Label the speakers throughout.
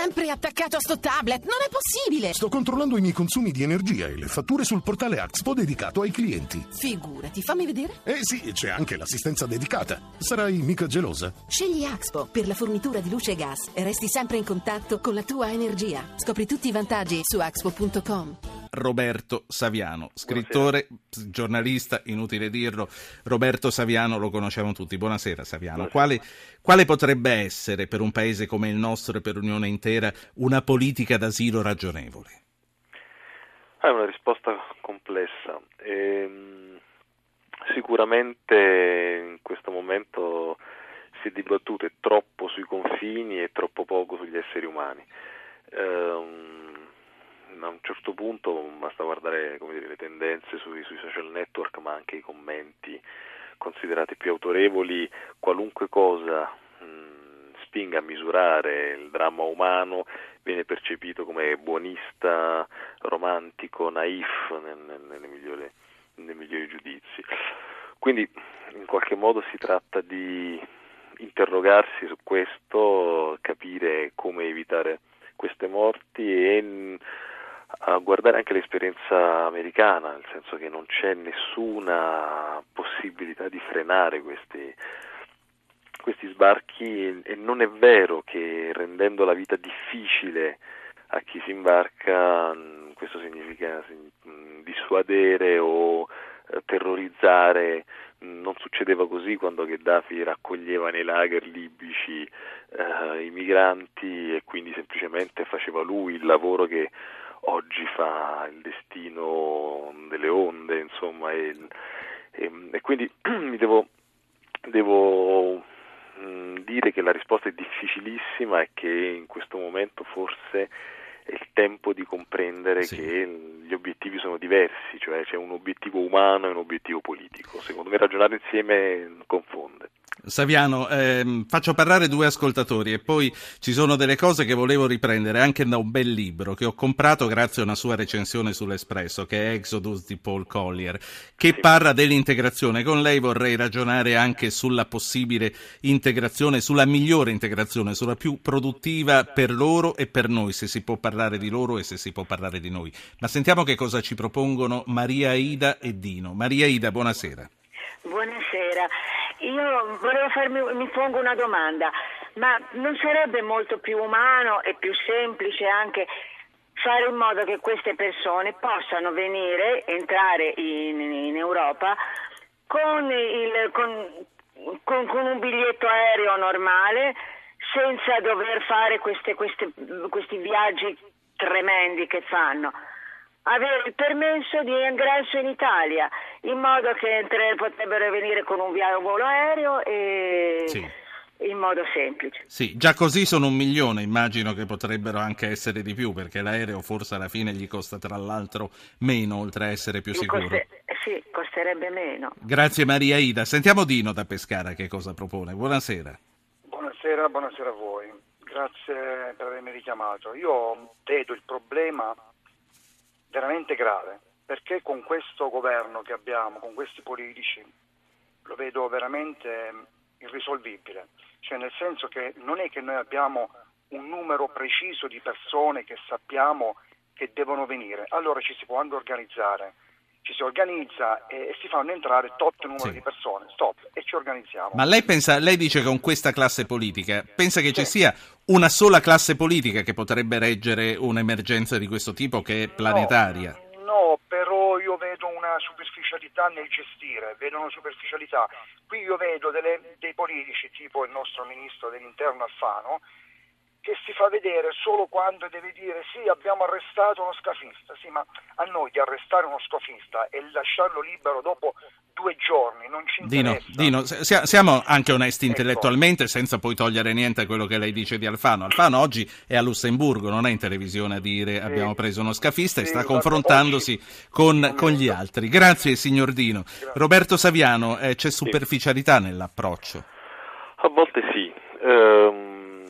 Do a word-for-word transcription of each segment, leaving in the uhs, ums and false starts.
Speaker 1: sempre attaccato a sto tablet, non è possibile!
Speaker 2: Sto controllando i miei consumi di energia e le fatture sul portale Axpo dedicato ai clienti.
Speaker 1: Figurati, fammi vedere.
Speaker 2: Eh sì, c'è anche l'assistenza dedicata. Sarai mica gelosa?
Speaker 1: Scegli Axpo per la fornitura di luce e gas e resti sempre in contatto con la tua energia. Scopri tutti i vantaggi su axpo punto com.
Speaker 3: Roberto Saviano, scrittore, Buonasera. Giornalista, inutile dirlo. Roberto Saviano lo conosciamo tutti. Buonasera Saviano. Quale, quale potrebbe essere per un paese come il nostro e per l'Unione intera una politica d'asilo ragionevole?
Speaker 4: È una risposta complessa. Ehm, sicuramente in questo momento si è dibattuto troppo sui confini e troppo poco sugli esseri umani. Ehm, a un certo punto basta guardare, come dire, le tendenze sui, sui social network, ma anche i commenti considerati più autorevoli. Qualunque cosa mh, spinga a misurare il dramma umano viene percepito come buonista, romantico, naif nel, nelle migliori, nei migliori giudizi. Quindi in qualche modo si tratta di interrogarsi su questo, capire come evitare queste morti e a guardare anche l'esperienza americana, nel senso che non c'è nessuna possibilità di frenare questi, questi sbarchi e non è vero che rendendo la vita difficile a chi si imbarca questo significa dissuadere o terrorizzare. Non succedeva così quando Gheddafi raccoglieva nei lager libici eh, i migranti e quindi semplicemente faceva lui il lavoro che oggi fa il destino delle onde, insomma, e, e, e quindi mi devo, devo mh, dire che la risposta è difficilissima e che in questo momento forse è il tempo di comprendere sì. che gli obiettivi sono diversi, cioè c'è un obiettivo umano e un obiettivo politico. Secondo me ragionare insieme confonde.
Speaker 3: Saviano, ehm, faccio parlare due ascoltatori e poi ci sono delle cose che volevo riprendere anche da un bel libro che ho comprato grazie a una sua recensione sull'Espresso, che è Exodus di Paul Collier, che sì. parla dell'integrazione. Con lei vorrei ragionare anche sulla possibile integrazione, sulla migliore integrazione, sulla più produttiva per loro e per noi, se si può parlare di loro e se si può parlare di noi. Ma sentiamo che cosa ci propongono Maria Ida e Dino. Maria Ida, buonasera.
Speaker 5: Buonasera. Io volevo farmi, mi pongo una domanda, ma non sarebbe molto più umano e più semplice anche fare in modo che queste persone possano venire, entrare in, in Europa con, il, con, con, con un biglietto aereo normale, senza dover fare queste, queste, questi viaggi tremendi che fanno? Avere il permesso di ingresso in Italia, in modo che entre, potrebbero venire con un volo aereo e sì. in modo semplice.
Speaker 3: Sì, già così sono un milione, immagino che potrebbero anche essere di più, perché l'aereo forse alla fine gli costa tra l'altro meno, oltre a essere più sicuro.
Speaker 5: Coste, sì, costerebbe meno.
Speaker 3: Grazie Maria Ida. Sentiamo Dino da Pescara che cosa propone. Buonasera.
Speaker 6: Buonasera, buonasera a voi. Grazie per avermi richiamato. Io vedo il problema veramente grave, perché con questo governo che abbiamo, con questi politici, lo vedo veramente irrisolvibile, cioè nel senso che non è che noi abbiamo un numero preciso di persone che sappiamo che devono venire, allora ci si può anche organizzare, ci si organizza e, e si fanno entrare tot numero sì. di persone, stop, e ci organizziamo.
Speaker 3: Ma lei pensa, lei dice che con questa classe politica, pensa che sì. ci sia una sola classe politica che potrebbe reggere un'emergenza di questo tipo che è planetaria?
Speaker 6: No, no, però io vedo una superficialità nel gestire, vedo una superficialità. Qui io vedo delle, dei politici, tipo il nostro ministro dell'interno Alfano, che si fa vedere solo quando deve dire sì, abbiamo arrestato uno scafista. Sì, ma a noi di arrestare uno scafista e lasciarlo libero dopo due giorni non ci interessa.
Speaker 3: Dino, Dino siamo anche onesti intellettualmente, senza poi togliere niente a quello che lei dice di Alfano. Alfano oggi è a Lussemburgo, non è in televisione a dire sì. abbiamo preso uno scafista sì, e sta confrontandosi oggi... con, con gli altri. Grazie signor Dino. Grazie. Roberto Saviano, eh, c'è superficialità sì. nell'approccio?
Speaker 4: A volte sì. Um...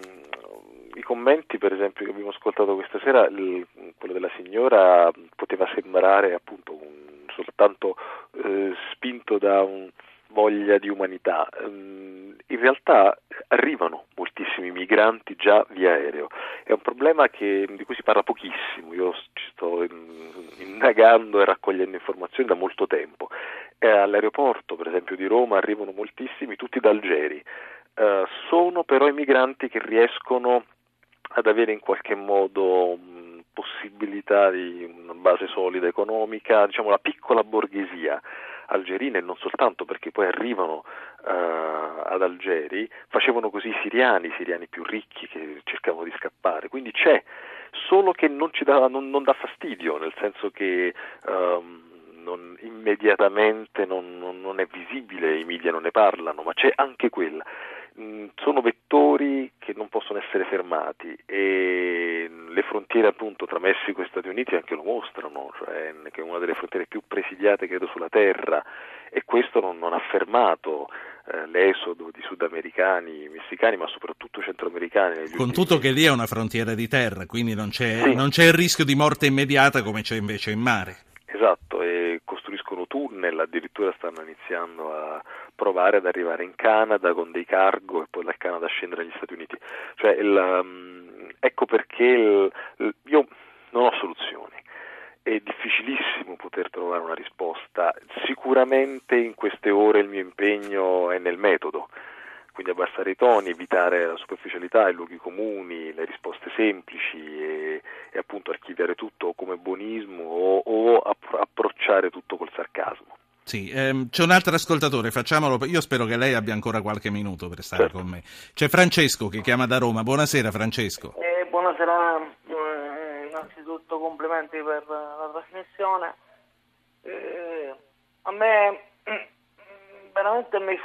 Speaker 4: I commenti, per esempio, che abbiamo ascoltato questa sera, il, quello della signora poteva sembrare appunto un, soltanto eh, spinto da un voglia di umanità. In realtà arrivano moltissimi migranti già via aereo, è un problema che, di cui si parla pochissimo. Io ci sto indagando e raccogliendo informazioni da molto tempo. Eh, all'aeroporto per esempio di Roma arrivano moltissimi, tutti da Algeri, eh, sono però i migranti che riescono ad avere in qualche modo mh, possibilità di una base solida economica, diciamo la piccola borghesia algerina, e non soltanto, perché poi arrivano uh, ad Algeri, facevano così i siriani, i siriani più ricchi che cercavano di scappare, quindi c'è, solo che non ci dà, non, non dà fastidio, nel senso che um, non, immediatamente non, non, non è visibile, i media non ne parlano, ma c'è anche quella. Mm, sono vettori che non possono essere fermati, e le frontiere appunto tra Messico e Stati Uniti anche lo mostrano, cioè che è una delle frontiere più presidiate credo sulla terra, e questo non, non ha fermato eh, l'esodo di sudamericani, messicani, ma soprattutto centroamericani.
Speaker 3: Con tutto che lì è una frontiera di terra, quindi non c'è,
Speaker 4: sì.
Speaker 3: non c'è il rischio di morte immediata come c'è invece in mare.
Speaker 4: Esatto, e costruiscono tunnel, addirittura stanno iniziando a provare ad arrivare in Canada con dei cargo e poi dal Canada scendere negli Stati Uniti. Cioè, il, um, ecco perché il, il, io non ho soluzioni, è difficilissimo poter trovare una risposta. Sicuramente in queste ore il mio impegno è nel metodo, quindi abbassare i toni, evitare la superficialità, i luoghi comuni, le risposte semplici e, e appunto archiviare tutto come buonismo o, o app- approcciare tutto col sarcasmo.
Speaker 3: Sì, ehm, c'è un altro ascoltatore, facciamolo, io spero che lei abbia ancora qualche minuto per stare
Speaker 4: certo.
Speaker 3: con me. C'è Francesco che chiama da Roma. Buonasera Francesco.
Speaker 7: Eh, buonasera, eh, innanzitutto complimenti per la trasmissione. Eh, a me veramente mi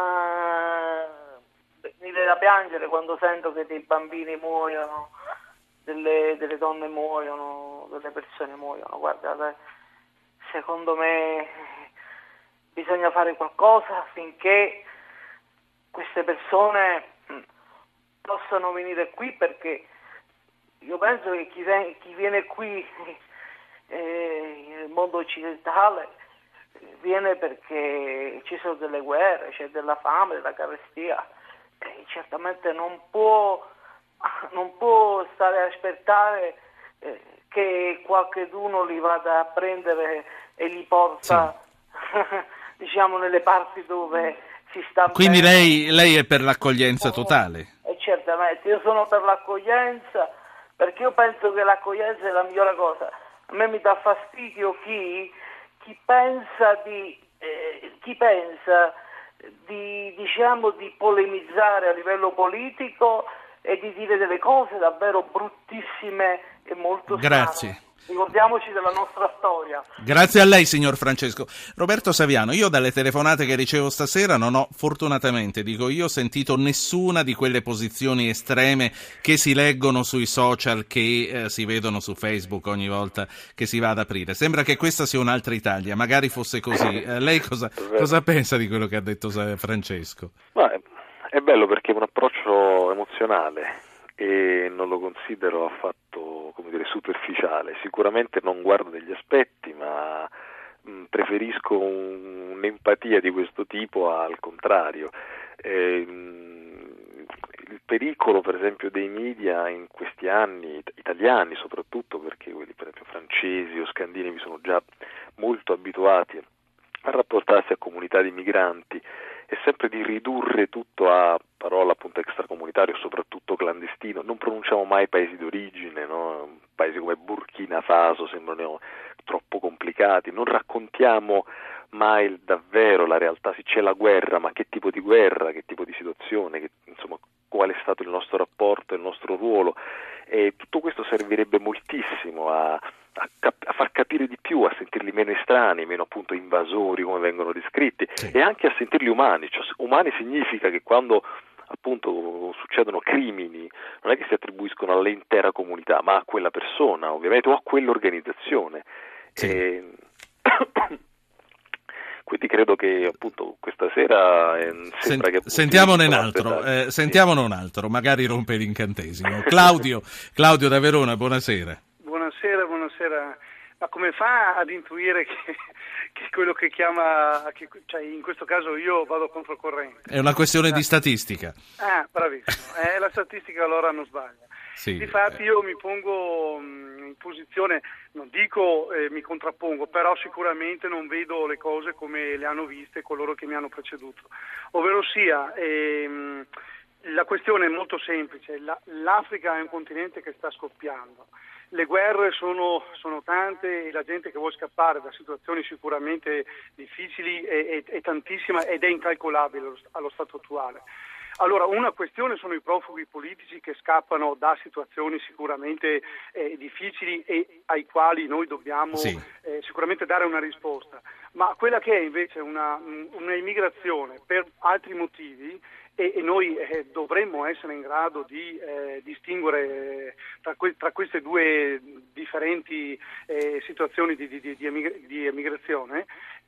Speaker 7: fa venire da piangere quando sento che dei bambini muoiono, delle, delle donne muoiono, delle persone muoiono. Guardate, secondo me bisogna fare qualcosa affinché queste persone possano venire qui, perché io penso che chi, ven- chi viene qui eh, nel mondo occidentale viene perché ci sono delle guerre, c'è della fame, della carestia, e certamente non può, non può stare a aspettare eh, che qualcheduno li vada a prendere e li porta sì. diciamo nelle parti dove si sta
Speaker 3: quindi
Speaker 7: bene.
Speaker 3: lei, lei è per l'accoglienza totale?
Speaker 7: E certamente io sono per l'accoglienza, perché io penso che l'accoglienza è la migliore cosa. A me mi dà fastidio chi, chi pensa di eh, chi pensa di diciamo di polemizzare a livello politico e di dire delle cose davvero bruttissime e molto
Speaker 3: Grazie.
Speaker 7: strane. Ricordiamoci della nostra storia.
Speaker 3: Grazie a lei signor Francesco. Roberto Saviano, io dalle telefonate che ricevo stasera non ho, fortunatamente dico io, sentito nessuna di quelle posizioni estreme che si leggono sui social, che eh, si vedono su Facebook ogni volta che si va ad aprire. Sembra che questa sia un'altra Italia, magari fosse così. Eh, lei cosa, cosa pensa di quello che ha detto Francesco?
Speaker 4: Ma è, è bello perché è un approccio emozionale e non lo considero affatto, come dire, superficiale. Sicuramente non guardo degli aspetti, ma mh, preferisco un, un'empatia di questo tipo al contrario. E, mh, il pericolo per esempio dei media in questi anni, italiani soprattutto, perché quelli per esempio francesi o scandinavi sono già molto abituati a rapportarsi a comunità di migranti, è sempre di ridurre tutto a parola appunto extracomunitario, soprattutto clandestino. Non pronunciamo mai paesi d'origine, no? Paesi come Burkina Faso sembrano troppo complicati, non raccontiamo mai davvero la realtà. Sì, c'è la guerra, ma che tipo di guerra, che tipo di situazione, che, insomma, qual è stato il nostro rapporto, il nostro ruolo, e tutto questo servirebbe moltissimo a A, cap- a far capire di più, a sentirli meno estranei, meno appunto invasori come vengono descritti, sì. E anche a sentirli umani. Cioè, umani significa che quando appunto succedono crimini non è che si attribuiscono all'intera comunità, ma a quella persona ovviamente o a quell'organizzazione. Sì. E... Quindi credo che appunto questa sera eh, sembra
Speaker 3: Sen-
Speaker 4: che
Speaker 3: sentiamone un altro, eh, sentiamone un altro, magari rompe l'incantesimo. Claudio, Claudio da Verona, buonasera.
Speaker 8: Buonasera, buonasera. Ma come fa ad intuire che, quello che chiama, che, cioè in questo caso io vado controcorrente.
Speaker 3: È una questione
Speaker 8: ah.
Speaker 3: di statistica.
Speaker 8: Ah, bravissimo, eh, la statistica allora non sbaglia.
Speaker 3: Sì,
Speaker 8: Difatti
Speaker 3: eh.
Speaker 8: io mi pongo mh, in posizione, non dico eh, mi contrappongo, però sicuramente non vedo le cose come le hanno viste coloro che mi hanno preceduto. Ovvero sia, ehm, la questione è molto semplice, la, l'Africa è un continente che sta scoppiando. Le guerre sono, sono tante e la gente che vuole scappare da situazioni sicuramente difficili è, è, è tantissima ed è incalcolabile allo, allo stato attuale. Allora, una questione sono i profughi politici che scappano da situazioni sicuramente eh, difficili e ai quali noi dobbiamo
Speaker 3: sì.
Speaker 8: eh, sicuramente dare una risposta, ma quella che è invece una, una immigrazione per altri motivi e, e noi eh, dovremmo essere in grado di eh, distinguere eh, tra, que- tra queste due differenti eh, situazioni di, di, di, di, emigra- di emigrazione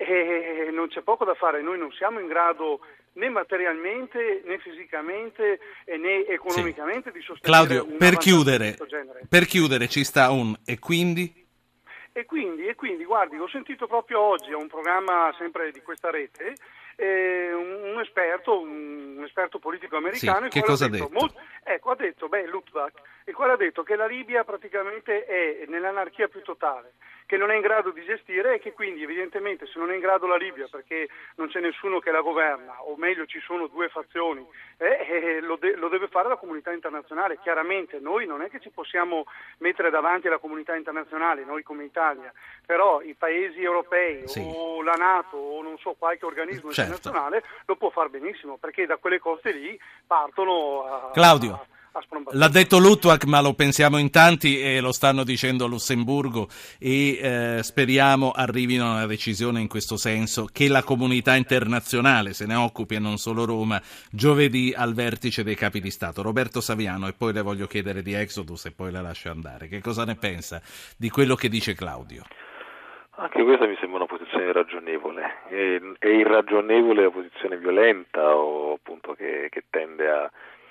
Speaker 8: e non c'è poco da fare, noi non siamo in grado né materialmente né fisicamente eh, né economicamente sì. di sostenere
Speaker 3: Claudio,
Speaker 8: un
Speaker 3: per
Speaker 8: avanzamento
Speaker 3: chiudere,
Speaker 8: di questo genere.
Speaker 3: per chiudere ci sta un e quindi?
Speaker 8: E quindi, e quindi, guardi, ho sentito proprio oggi a un programma sempre di questa rete eh, un, un esperto, un, un esperto politico americano,
Speaker 3: sì, che cosa ha detto?
Speaker 8: detto? Molto, ecco, ha detto, beh, Luttwak, il quale ha detto che la Libia praticamente è nell'anarchia più totale, che non è in grado di gestire e che quindi evidentemente se non è in grado la Libia perché non c'è nessuno che la governa, o meglio ci sono due fazioni, eh, eh, lo, de- lo deve fare la comunità internazionale. Chiaramente noi non è che ci possiamo mettere davanti alla comunità internazionale, noi come Italia, però i paesi europei sì. o la NATO o non so qualche organismo certo. internazionale lo può fare benissimo, perché da quelle coste lì partono a...
Speaker 3: Claudio.
Speaker 8: A,
Speaker 3: L'ha detto Luttwak, ma lo pensiamo in tanti e lo stanno dicendo a Lussemburgo e eh, speriamo arrivino a una decisione in questo senso, che la comunità internazionale se ne occupi e non solo Roma, giovedì al vertice dei capi di Stato. Roberto Saviano, e poi le voglio chiedere di Exodus e poi la lascio andare. Che cosa ne pensa di quello che dice Claudio?
Speaker 4: Anche questa mi sembra una posizione ragionevole. È, è irragionevole la posizione violenta o appunto che, che tende a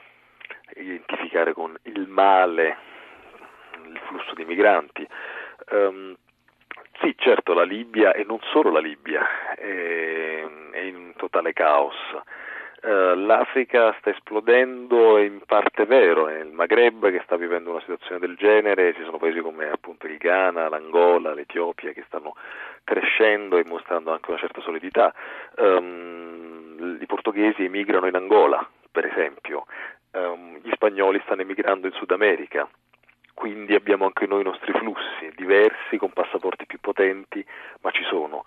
Speaker 4: identificare con il male il flusso di migranti. Um, sì, certo, la Libia, e non solo la Libia, è, è in totale caos. Uh, L'Africa sta esplodendo, è in parte vero, è il Maghreb che sta vivendo una situazione del genere, ci sono paesi come appunto il Ghana, l'Angola, l'Etiopia che stanno crescendo e mostrando anche una certa solidità. Um, i portoghesi emigrano in Angola, per esempio. Um, gli spagnoli stanno emigrando in Sud America, quindi abbiamo anche noi i nostri flussi, diversi, con passaporti più potenti, ma ci sono.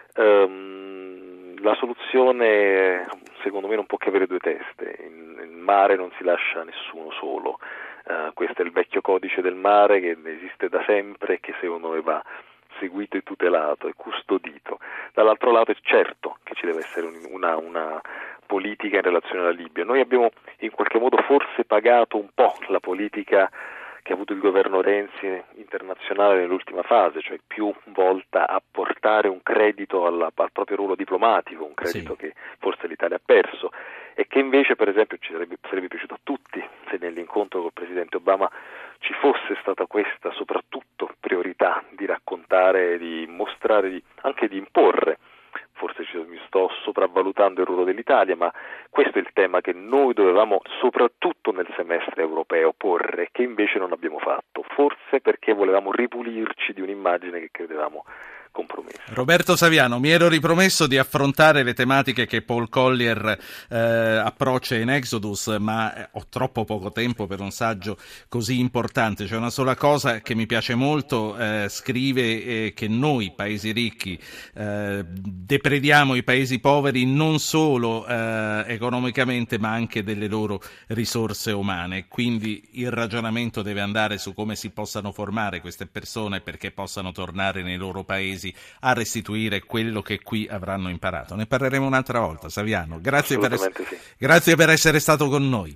Speaker 4: Um, la soluzione, secondo me, non può che avere due teste. In, in mare non si lascia nessuno solo. Uh, questo è il vecchio codice del mare che esiste da sempre e che secondo me va seguito e tutelato e custodito. Dall'altro lato è certo che ci deve essere una, una politica in relazione alla Libia. Noi abbiamo in qualche modo forse pagato un po' la politica che ha avuto il governo Renzi internazionale nell'ultima fase, cioè più volta a portare un credito alla, al proprio ruolo diplomatico, un credito sì. che forse l'Italia ha perso e che invece per esempio ci sarebbe, sarebbe piaciuto a tutti se nell'incontro col Presidente Obama ci fosse stata questa soprattutto priorità di raccontare, di mostrare, di, anche di imporre. Forse ci, mi sto sopravvalutando il ruolo dell'Italia, ma questo è il tema che noi dovevamo soprattutto nel semestre europeo porre, che invece non abbiamo fatto, forse perché volevamo ripulirci di un'immagine che credevamo compromessa.
Speaker 3: Roberto Saviano, mi ero ripromesso di affrontare le tematiche che Paul Collier eh, approccia in Exodus, ma ho troppo poco tempo per un saggio così importante. C'è una sola cosa che mi piace molto, eh, scrive eh, che noi, paesi ricchi, eh, deprediamo i paesi poveri non solo eh, economicamente ma anche delle loro risorse umane, quindi il ragionamento deve andare su come si possano formare queste persone perché possano tornare nei loro paesi a restituire quello che qui avranno imparato. Ne parleremo un'altra volta, Saviano. Grazie per, es-
Speaker 4: sì.
Speaker 3: grazie per essere stato con noi.